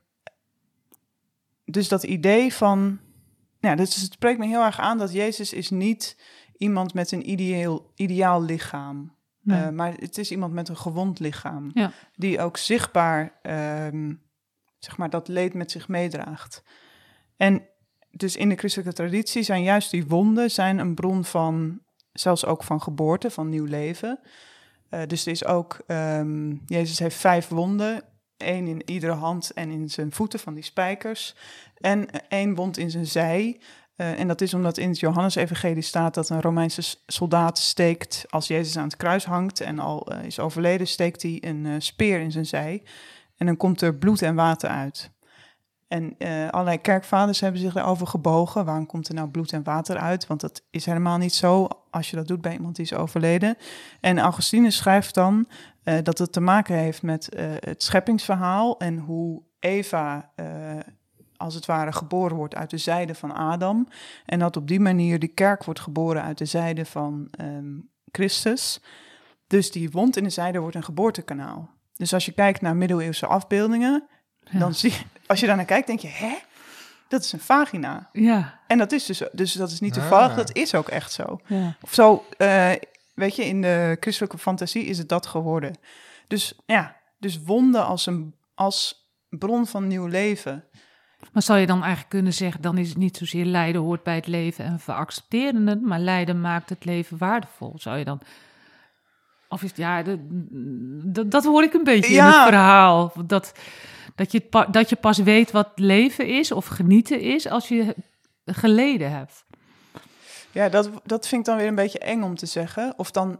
dus dat idee van... Ja, dus het spreekt me heel erg aan dat Jezus is niet iemand met een ideaal, ideaal lichaam. Nee. Uh, maar het is iemand met een gewond lichaam. Ja. Die ook zichtbaar um, zeg maar, dat leed met zich meedraagt. En dus in de christelijke traditie zijn juist die wonden zijn een bron van, zelfs ook van geboorte, van nieuw leven. Uh, dus er is ook, um, Jezus heeft vijf wonden, één in iedere hand en in zijn voeten van die spijkers. En één wond in zijn zij. Uh, en dat is omdat in het Johannesevangelie staat dat een Romeinse soldaat steekt, als Jezus aan het kruis hangt en al uh, is overleden, steekt hij een uh, speer in zijn zij. En dan komt er bloed en water uit. En uh, allerlei kerkvaders hebben zich daarover gebogen. Waarom komt er nou bloed en water uit? Want dat is helemaal niet zo als je dat doet bij iemand die is overleden. En Augustinus schrijft dan uh, dat het te maken heeft met uh, het scheppingsverhaal en hoe Eva uh, als het ware geboren wordt uit de zijde van Adam. En dat op die manier de kerk wordt geboren uit de zijde van um, Christus. Dus die wond in de zijde wordt een geboortekanaal. Dus als je kijkt naar middeleeuwse afbeeldingen, ja. dan zie je, als je daar naar kijkt, denk je, hè? Dat is een vagina. Ja. En dat is dus, dus dat is niet toevallig, ah. dat is ook echt zo. Ja. Of zo, uh, weet je, in de christelijke fantasie is het dat geworden. Dus ja, dus wonden als een als bron van nieuw leven. Maar zou je dan eigenlijk kunnen zeggen, dan is het niet zozeer lijden hoort bij het leven en we accepteren het, maar lijden maakt het leven waardevol. Zou je dan... Of is het, ja, dat, dat, dat hoor ik een beetje ja. in het verhaal. Dat, dat, je, dat je pas weet wat leven is of genieten is als je geleden hebt. Ja, dat, dat vind ik dan weer een beetje eng om te zeggen. Of dan,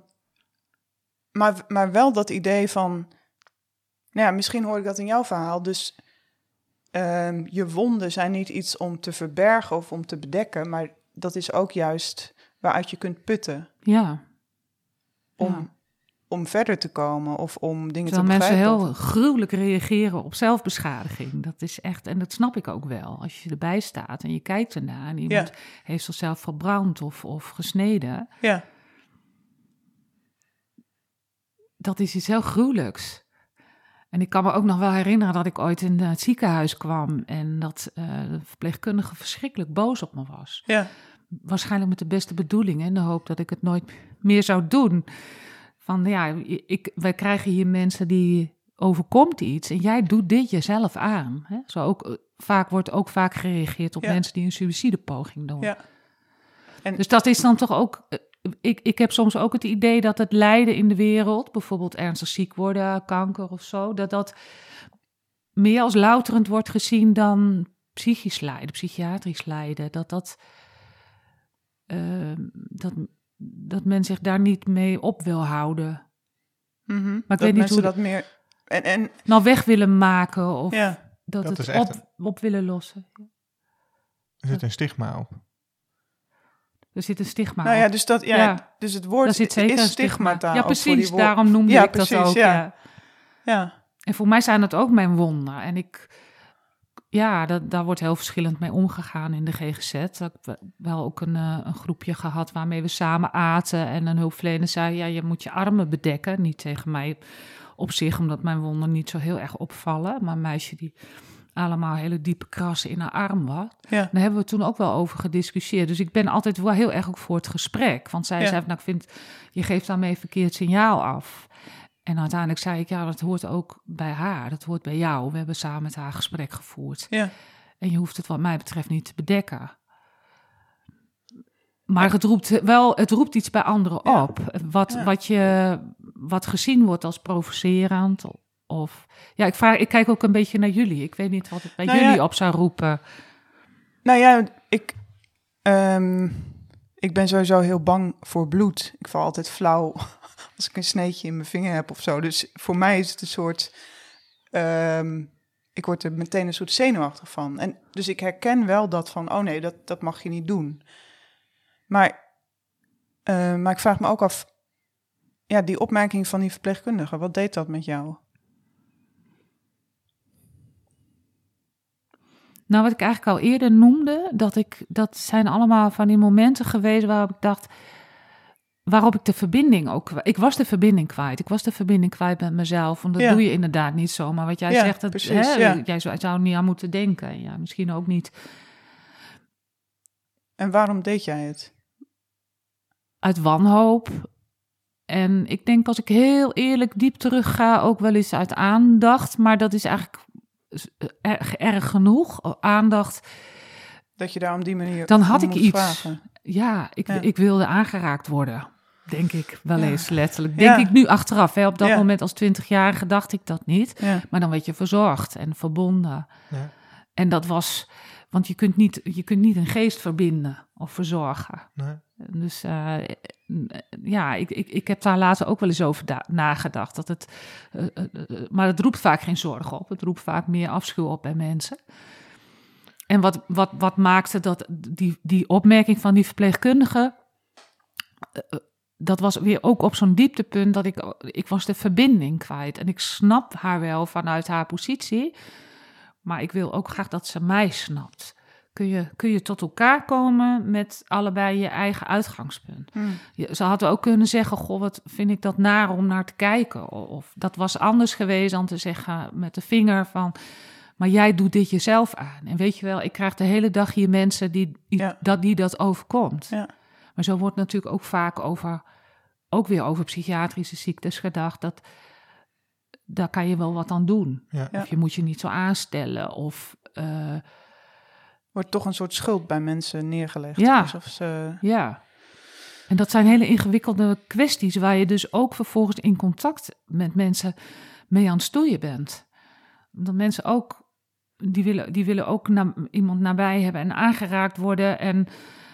maar, maar wel dat idee van, nou ja, misschien hoor ik dat in jouw verhaal. Dus uh, je wonden zijn niet iets om te verbergen of om te bedekken, maar dat is ook juist waaruit je kunt putten. Ja. Om... Ja. om verder te komen of om dingen Terwijl te begrijpen. mensen heel gruwelijk reageren op zelfbeschadiging. Dat is echt, en dat snap ik ook wel. Als je erbij staat en je kijkt ernaar en iemand ja. heeft zichzelf verbrand of, of gesneden. Ja. Dat is iets heel gruwelijks. En ik kan me ook nog wel herinneren dat ik ooit in het ziekenhuis kwam en dat uh, de verpleegkundige verschrikkelijk boos op me was. Ja. Waarschijnlijk met de beste bedoelingen in de hoop dat ik het nooit meer zou doen. Van ja, ik, wij krijgen hier mensen die overkomt iets en jij doet dit jezelf aan. Hè? Zo ook, vaak wordt ook vaak gereageerd op ja. mensen die een suïcidepoging doen. Ja. En... Dus dat is dan toch ook... Ik, ik heb soms ook het idee dat het lijden in de wereld, bijvoorbeeld ernstig ziek worden, kanker of zo, dat dat meer als louterend wordt gezien dan psychisch lijden, psychiatrisch lijden. Dat dat... Uh, dat dat men zich daar niet mee op wil houden. Mm-hmm. Maar ik dat weet niet hoe dat meer en, en... nou weg willen maken of ja. dat, dat het op, een... op willen lossen. Er zit een stigma op. Er zit een stigma nou op. Ja, dus, dat, ja, ja. dus het woord zit zeker is stigmata. Ja, precies. Daarom noemde ja, ik precies, dat ook. Ja. Ja. Ja. En voor mij zijn dat ook mijn wonden. En ik... Ja, dat, daar wordt heel verschillend mee omgegaan in de G G Z. Ik heb wel ook een, uh, een groepje gehad waarmee we samen aten. En een hulpverlener zei, ja, je moet je armen bedekken. Niet tegen mij op zich, omdat mijn wonden niet zo heel erg opvallen. Maar een meisje die allemaal hele diepe krassen in haar arm was. Ja. Daar hebben we toen ook wel over gediscussieerd. Dus ik ben altijd wel heel erg ook voor het gesprek. Want zij Ja. zei, nou, ik vind, je geeft daarmee verkeerd signaal af. En uiteindelijk zei ik, ja, dat hoort ook bij haar. Dat hoort bij jou. We hebben samen met haar gesprek gevoerd. Ja. En je hoeft het wat mij betreft niet te bedekken. Maar het roept wel, het roept iets bij anderen Ja. op. Wat, Ja. wat, je, wat gezien wordt als provocerend. Of ja, ik, vraag, ik kijk ook een beetje naar jullie. Ik weet niet wat het bij Nou jullie ja. op zou roepen. Nou ja, ik, ehm, ik ben sowieso heel bang voor bloed. Ik val altijd flauw als ik een sneetje in mijn vinger heb of zo. Dus voor mij is het een soort... ehm, ik word er meteen een soort zenuwachtig van. En dus ik herken wel dat van, oh nee, dat, dat mag je niet doen. Maar, eh, maar ik vraag me ook af, ja, die opmerking van die verpleegkundige, wat deed dat met jou? Nou, wat ik eigenlijk al eerder noemde, dat ik, dat zijn allemaal van die momenten geweest waarop ik dacht, waarop ik de verbinding ook, ik was de verbinding kwijt. Ik was de verbinding kwijt met mezelf, want dat Ja. doe je inderdaad niet zomaar. Wat jij Ja, zegt, dat, precies, hè, ja. jij zou, zou er niet aan moeten denken. Ja, misschien ook niet. En waarom deed jij het? Uit wanhoop. En ik denk, als ik heel eerlijk diep terug ga, ook wel eens uit aandacht. Maar dat is eigenlijk erg, erg genoeg. Aandacht. Dat je daar op die manier Dan had om ik moest iets. vragen? Ja, ik, Ja. ik wilde aangeraakt worden. Denk ik wel Ja. eens letterlijk. Denk Ja. ik nu achteraf. Hè. Op dat Ja. moment als twintigjarige dacht ik dat niet. Ja. Maar dan werd je verzorgd en verbonden. Ja. En dat was... Want je kunt niet, je kunt niet een geest verbinden of verzorgen. Nee. Dus uh, ja, ik, ik, ik heb daar later ook wel eens over da- nagedacht. Dat het, uh, uh, uh, maar het roept vaak geen zorg op. Het roept vaak meer afschuw op bij mensen. En wat, wat, wat maakte dat die, die opmerking van die verpleegkundige... Uh, dat was weer ook op zo'n dieptepunt dat ik... Ik was de verbinding kwijt. En ik snap haar wel vanuit haar positie... Maar ik wil ook graag dat ze mij snapt. Kun je, kun je tot elkaar komen met allebei je eigen uitgangspunt. Hmm. Je, ze hadden ook kunnen zeggen, goh, wat vind ik dat naar om naar te kijken. Of dat was anders geweest dan te zeggen met de vinger van... maar jij doet dit jezelf aan. En weet je wel, ik krijg de hele dag hier mensen die, die, Ja. dat, die dat overkomt. Ja. Maar zo wordt natuurlijk ook vaak over... ook weer over psychiatrische ziektes gedacht... dat daar kan je wel wat aan doen. Ja. Ja. Of je moet je niet zo aanstellen. Of uh, Wordt toch een soort schuld bij mensen neergelegd. Ja. Alsof ze... ja. En dat zijn hele ingewikkelde kwesties... waar je dus ook vervolgens in contact met mensen mee aan het stoeien bent. Dat mensen ook... die willen, die willen ook na, iemand nabij hebben en aangeraakt worden. En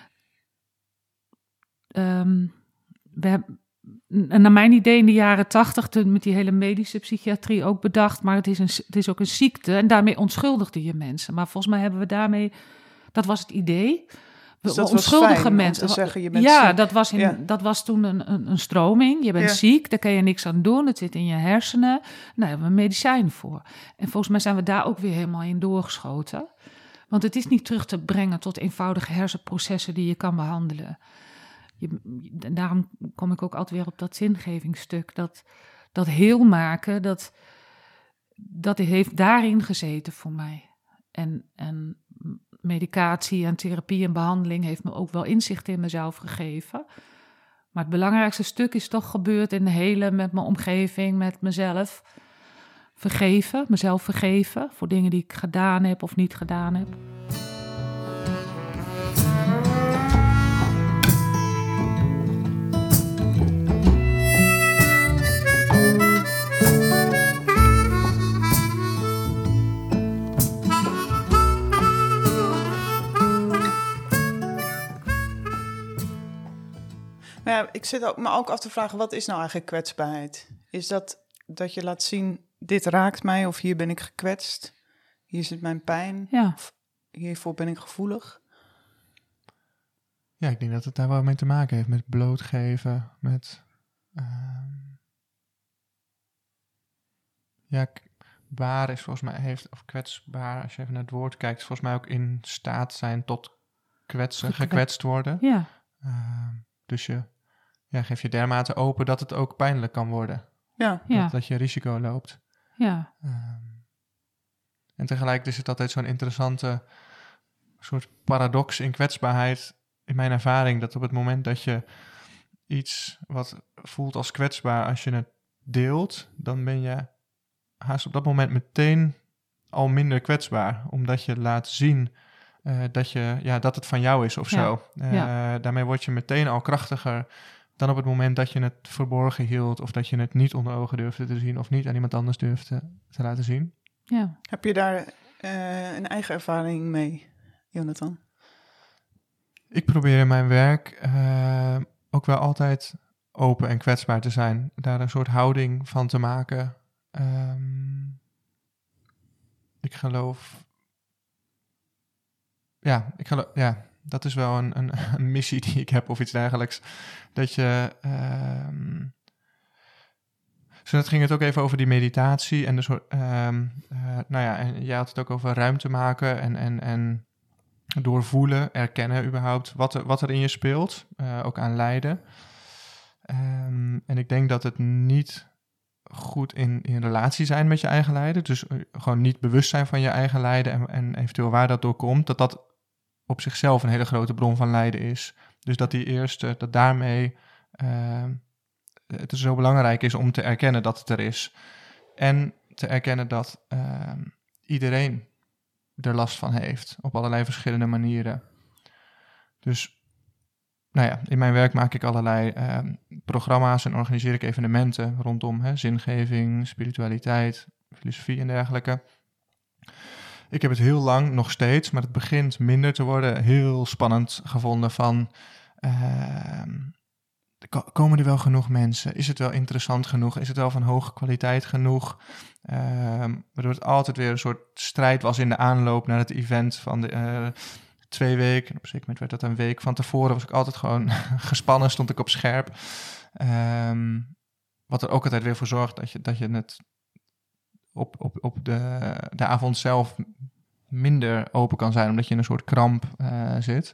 um, we hebben... En naar mijn idee in de jaren tachtig, met die hele medische psychiatrie ook bedacht, maar het is, een, het is ook een ziekte en daarmee onschuldigde je mensen. Maar volgens mij hebben we daarmee, dat was het idee, we Dus dat was onschuldigen fijn om mensen. te zeggen, je bent ja, ziek. dat was, in, Ja. dat was toen een, een, een stroming. Je bent Ja. ziek, daar kan je niks aan doen, het zit in je hersenen. Nou, daar hebben we medicijnen voor. En volgens mij zijn we daar ook weer helemaal in doorgeschoten. Want het is niet terug te brengen tot eenvoudige hersenprocessen die je kan behandelen. Je, daarom kom ik ook altijd weer op dat zingevingsstuk. Dat, dat heel maken, dat, dat heeft daarin gezeten voor mij. En, en medicatie en therapie en behandeling heeft me ook wel inzicht in mezelf gegeven. Maar het belangrijkste stuk is toch gebeurd in de hele met mijn omgeving, met mezelf. Vergeven, mezelf vergeven voor dingen die ik gedaan heb of niet gedaan heb. Ja, ik zit ook, me ook af te vragen, wat is nou eigenlijk kwetsbaarheid? Is dat dat je laat zien, dit raakt mij of hier ben ik gekwetst? Hier zit mijn pijn? Ja. Of hiervoor ben ik gevoelig? Ja, ik denk dat het daar wel mee te maken heeft met blootgeven, met... Uh, ja, waar is volgens mij, heeft, of kwetsbaar, als je even naar het woord kijkt, is volgens mij ook in staat zijn tot kwetsen, gekwetst worden. Ja. Uh, dus je ja, geeft je dermate open dat het ook pijnlijk kan worden. Ja. Ja. Dat, dat je risico loopt. Ja. Um, En tegelijk is het altijd zo'n interessante soort paradox in kwetsbaarheid, in mijn ervaring, dat op het moment dat je iets wat voelt als kwetsbaar, als je het deelt, dan ben je haast op dat moment meteen al minder kwetsbaar, omdat je laat zien uh, dat, je, ja, dat het van jou is of Ja. zo. Uh, Ja. Daarmee word je meteen al krachtiger dan op het moment dat je het verborgen hield, of dat je het niet onder ogen durfde te zien, of niet aan iemand anders durfde te laten zien. Ja. Heb je daar uh, een eigen ervaring mee, Jonathan? Ik probeer in mijn werk uh, ook wel altijd open en kwetsbaar te zijn. Daar een soort houding van te maken. Um, ik geloof... Ja, ik geloof... Ja, dat is wel een, een, een missie die ik heb of iets dergelijks. Dat je... Um, zo net ging het ook even over die meditatie en de soort... Um, uh, nou ja, en jij had het ook over ruimte maken en... en, en doorvoelen, erkennen überhaupt wat er, wat er in je speelt, uh, ook aan lijden. Um, en ik denk dat het niet goed in, in relatie zijn met je eigen lijden, dus uh, gewoon niet bewust zijn van je eigen lijden en, en eventueel waar dat door komt, dat dat op zichzelf een hele grote bron van lijden is. Dus dat die eerste, dat daarmee uh, het zo belangrijk is om te erkennen dat het er is. En te erkennen dat uh, iedereen er last van heeft, op allerlei verschillende manieren. Dus, nou ja, in mijn werk maak ik allerlei uh, programma's en organiseer ik evenementen rondom hè, zingeving, spiritualiteit, filosofie en dergelijke. Ik heb het heel lang, nog steeds, maar het begint minder te worden, heel spannend gevonden van... Uh, komen er wel genoeg mensen? Is het wel interessant genoeg? Is het wel van hoge kwaliteit genoeg? Uh, waardoor het altijd weer een soort strijd was in de aanloop naar het event van de uh, twee weken. En op een zeker moment werd dat een week. Van tevoren was ik altijd gewoon gespannen, stond ik op scherp. Um, wat er ook altijd weer voor zorgt dat je, dat je het op, op, op de, de avond zelf minder open kan zijn, omdat je in een soort kramp uh, zit.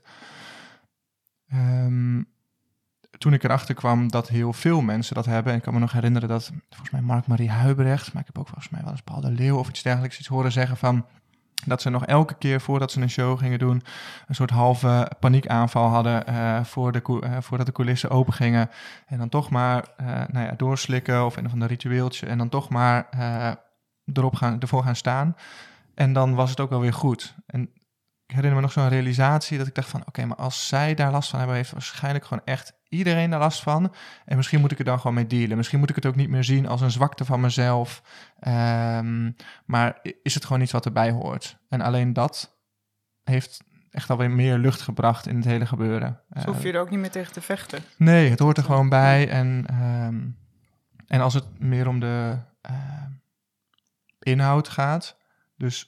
Um, Toen ik erachter kwam dat heel veel mensen dat hebben, en ik kan me nog herinneren dat volgens mij Mark-Marie Huibrecht, maar ik heb ook volgens mij wel eens Paul de Leeuw of iets dergelijks iets horen zeggen van dat ze nog elke keer voordat ze een show gingen doen een soort halve paniekaanval hadden uh, voor de, uh, voordat de coulissen open gingen en dan toch maar uh, nou ja, doorslikken of een of ander ritueeltje en dan toch maar uh, erop gaan, ervoor gaan staan en dan was het ook wel weer goed. En ik herinner me nog zo'n realisatie dat ik dacht van oké, okay, maar als zij daar last van hebben, heeft waarschijnlijk gewoon echt iedereen daar last van. En misschien moet ik er dan gewoon mee dealen. Misschien moet ik het ook niet meer zien als een zwakte van mezelf. Um, maar is het gewoon iets wat erbij hoort. En alleen dat heeft echt alweer meer lucht gebracht in het hele gebeuren. Dus hoef je er ook niet meer tegen te vechten? Nee, het hoort er gewoon bij. En, um, en als het meer om de uh, inhoud gaat, dus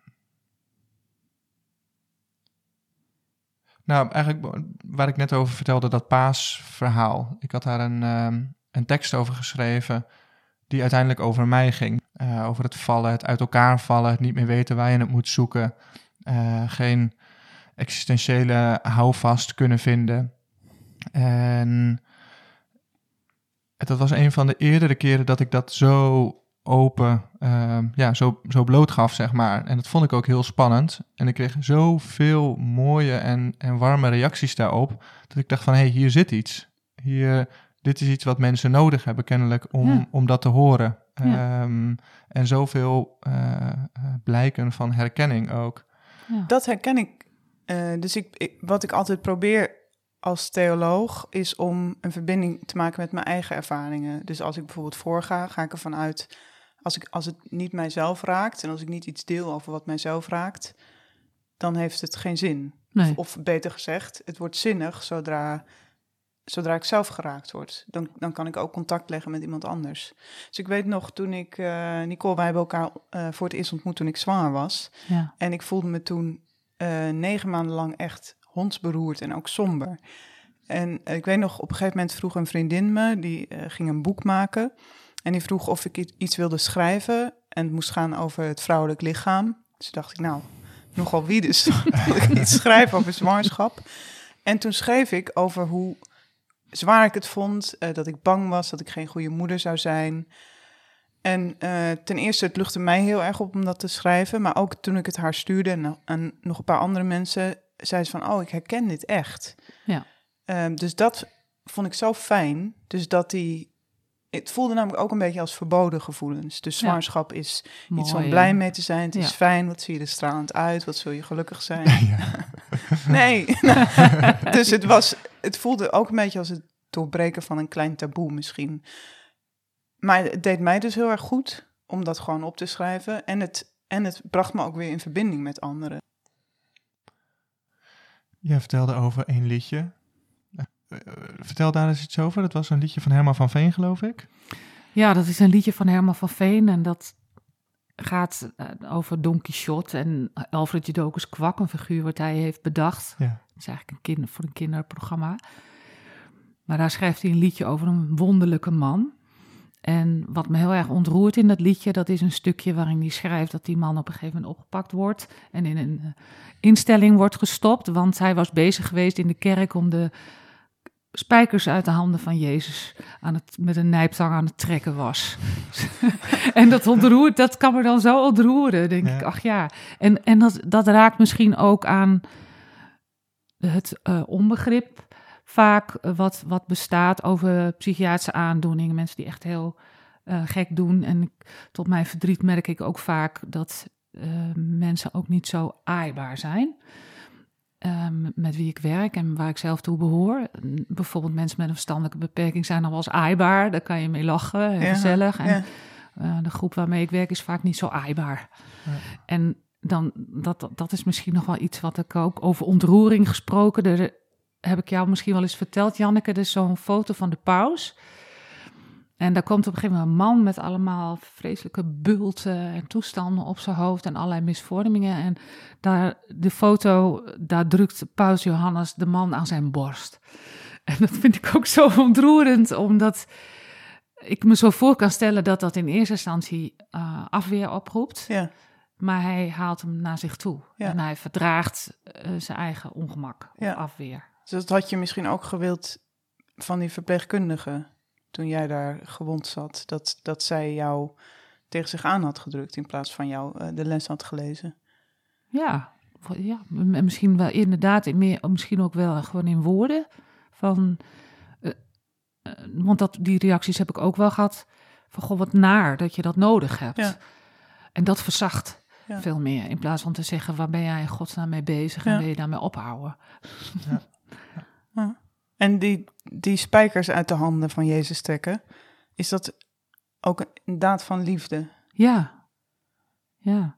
nou, eigenlijk waar ik net over vertelde, dat paasverhaal. Ik had daar een, um, een tekst over geschreven die uiteindelijk over mij ging. Uh, over het vallen, het uit elkaar vallen, het niet meer weten waar je het moet zoeken. Uh, geen existentiële houvast kunnen vinden. En dat was een van de eerdere keren dat ik dat zo open, uh, ja, zo, zo bloot gaf, zeg maar. En dat vond ik ook heel spannend. En ik kreeg zoveel mooie en, en warme reacties daarop, dat ik dacht van, hé, hey, hier zit iets. Hier, dit is iets wat mensen nodig hebben, kennelijk, om, ja. om dat te horen. Ja. Um, en zoveel uh, blijken van herkenning ook. Ja. Dat herken ik. Uh, dus ik, ik, wat ik altijd probeer als theoloog is om een verbinding te maken met mijn eigen ervaringen. Dus als ik bijvoorbeeld voorga, ga ik ervan uit, als, ik, als het niet mijzelf raakt en als ik niet iets deel over wat mijzelf raakt, dan heeft het geen zin. Nee. Of, of beter gezegd, het wordt zinnig zodra, zodra ik zelf geraakt word. Dan, dan kan ik ook contact leggen met iemand anders. Dus ik weet nog, toen ik, uh, Nicole, wij hebben elkaar uh, voor het eerst ontmoet toen ik zwanger was. Ja. En ik voelde me toen uh, negen maanden lang echt hondsberoerd en ook somber. En uh, ik weet nog, op een gegeven moment vroeg een vriendin me, die uh, ging een boek maken. En die vroeg of ik iets wilde schrijven. En het moest gaan over het vrouwelijk lichaam. Dus dacht ik, nou, nogal wie dus dat ik iets schrijf over zwangerschap. En toen schreef ik over hoe zwaar ik het vond, uh, dat ik bang was, dat ik geen goede moeder zou zijn. En uh, ten eerste, het luchtte mij heel erg op om dat te schrijven. Maar ook toen ik het haar stuurde en, en nog een paar andere mensen, zei ze van, oh, ik herken dit echt. Ja. Uh, dus dat vond ik zo fijn. Dus dat die... Het voelde namelijk ook een beetje als verboden gevoelens. Dus zwangerschap ja. is Mooi, iets om ja. blij mee te zijn. Het is ja. fijn, wat zie je er stralend uit. Wat zul je gelukkig zijn. Ja. Nee. Dus het, was, het voelde ook een beetje als het doorbreken van een klein taboe misschien. Maar het deed mij dus heel erg goed om dat gewoon op te schrijven. En het, en het bracht me ook weer in verbinding met anderen. Je vertelde over een liedje. Uh, vertel daar eens iets over. Dat was een liedje van Herman van Veen, geloof ik. Ja, dat is een liedje van Herman van Veen. En dat gaat uh, over Don Quixote en Alfred Jodocus Kwak, een figuur wat hij heeft bedacht. Ja. Dat is eigenlijk een kinder, voor een kinderprogramma. Maar daar schrijft hij een liedje over een wonderlijke man. En wat me heel erg ontroert in dat liedje, dat is een stukje waarin hij schrijft dat die man op een gegeven moment opgepakt wordt en in een uh, instelling wordt gestopt, want hij was bezig geweest in de kerk om de spijkers uit de handen van Jezus aan het, met een nijptang aan het trekken was. En dat ontroert, dat kan me dan zo ontroeren, denk ja. ik. Ach ja, en, en dat, dat raakt misschien ook aan het uh, onbegrip vaak uh, wat, wat bestaat over psychiatrische aandoeningen. Mensen die echt heel uh, gek doen. En ik, tot mijn verdriet merk ik ook vaak dat uh, mensen ook niet zo aaibaar zijn. Um, met wie ik werk en waar ik zelf toe behoor. Bijvoorbeeld mensen met een verstandelijke beperking zijn nog wel eens aaibaar. Daar kan je mee lachen en ja, gezellig. En ja. uh, de groep waarmee ik werk is vaak niet zo aaibaar. Ja. En dan, dat, dat is misschien nog wel iets wat ik ook over ontroering gesproken. Er heb ik jou misschien wel eens verteld, Janneke. Er is zo'n foto van de paus. En daar komt op een gegeven moment een man met allemaal vreselijke bulten en toestanden op zijn hoofd en allerlei misvormingen. En daar, de foto, daar drukt paus Johannes de man aan zijn borst. En dat vind ik ook zo ontroerend, omdat ik me zo voor kan stellen dat dat in eerste instantie uh, afweer oproept. Ja. Maar hij haalt hem naar zich toe. Ja. En hij verdraagt uh, zijn eigen ongemak of ja. afweer. Dus dat had je misschien ook gewild van die verpleegkundige toen jij daar gewond zat, dat, dat zij jou tegen zich aan had gedrukt in plaats van jou uh, de les had gelezen. Ja, ja, misschien wel inderdaad, meer, misschien ook wel gewoon in woorden. Van, uh, uh, want dat, die reacties heb ik ook wel gehad. Van, goh, wat naar dat je dat nodig hebt. Ja. En dat verzacht ja. veel meer. In plaats van te zeggen, waar ben jij in godsnaam mee bezig? Ja. En wil je daarmee ophouden? Ja. Ja. Ja. En die, die spijkers uit de handen van Jezus trekken, is dat ook een daad van liefde? Ja, ja.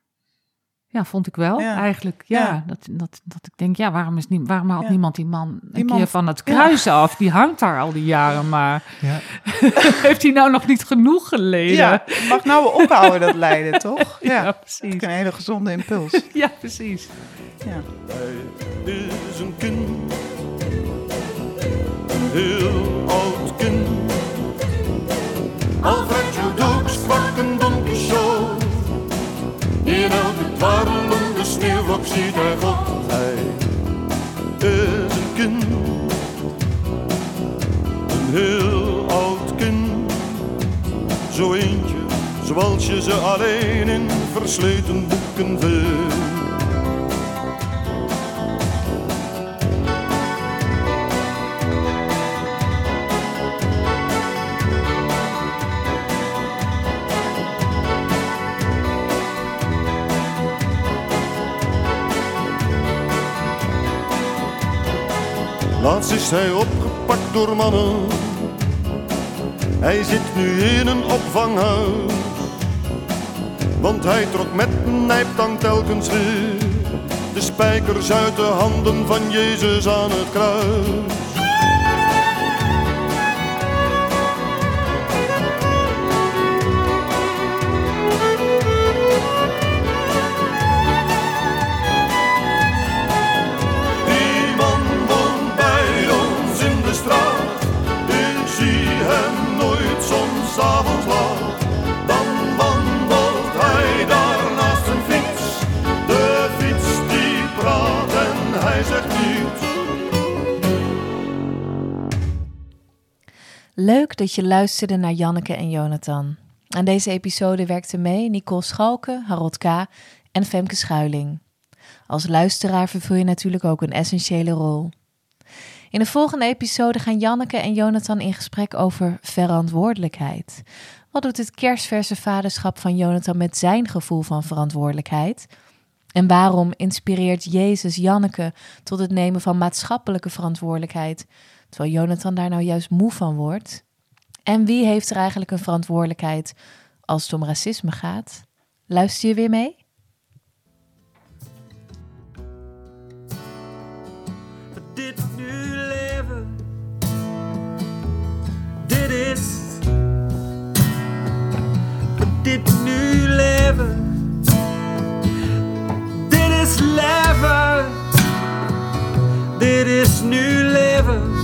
Ja, vond ik wel, ja. eigenlijk. Ja, ja. Dat, dat, dat ik denk, ja, waarom, is niet, waarom haalt ja. niemand die man een die keer man, van het kruis ja. af? Die hangt daar al die jaren, maar ja. heeft hij nou nog niet genoeg geleden? Ja, mag nou ophouden dat lijden, toch? Ja, ja, precies. Dat is een hele gezonde impuls. Ja, precies. Ja. Hij is een kind, een heel oud kind. Alfred Jodocus Kwak en Don Quixote. In elke dwarrelende sneeuwvlok ziet hij God. Hij is een kind, een heel oud kind. Zo eentje, zoals je ze alleen in versleten boeken vindt. Laatst is hij opgepakt door mannen. Hij zit nu in een opvanghuis. Want hij trok met een nijptang telkens weer de spijkers uit de handen van Jezus aan het kruis. Leuk dat je luisterde naar Janneke en Jonathan. Aan deze episode werkten mee Nicole Schalke, Harold K. en Femke Schuiling. Als luisteraar vervul je natuurlijk ook een essentiële rol. In de volgende episode gaan Janneke en Jonathan in gesprek over verantwoordelijkheid. Wat doet het kerstverse vaderschap van Jonathan met zijn gevoel van verantwoordelijkheid? En waarom inspireert Jezus Janneke tot het nemen van maatschappelijke verantwoordelijkheid, terwijl Jonathan daar nou juist moe van wordt? En wie heeft er eigenlijk een verantwoordelijkheid als het om racisme gaat? Luister je weer mee? Dit nu leven, dit is. Dit nu leven, dit is leven, dit is nu leven.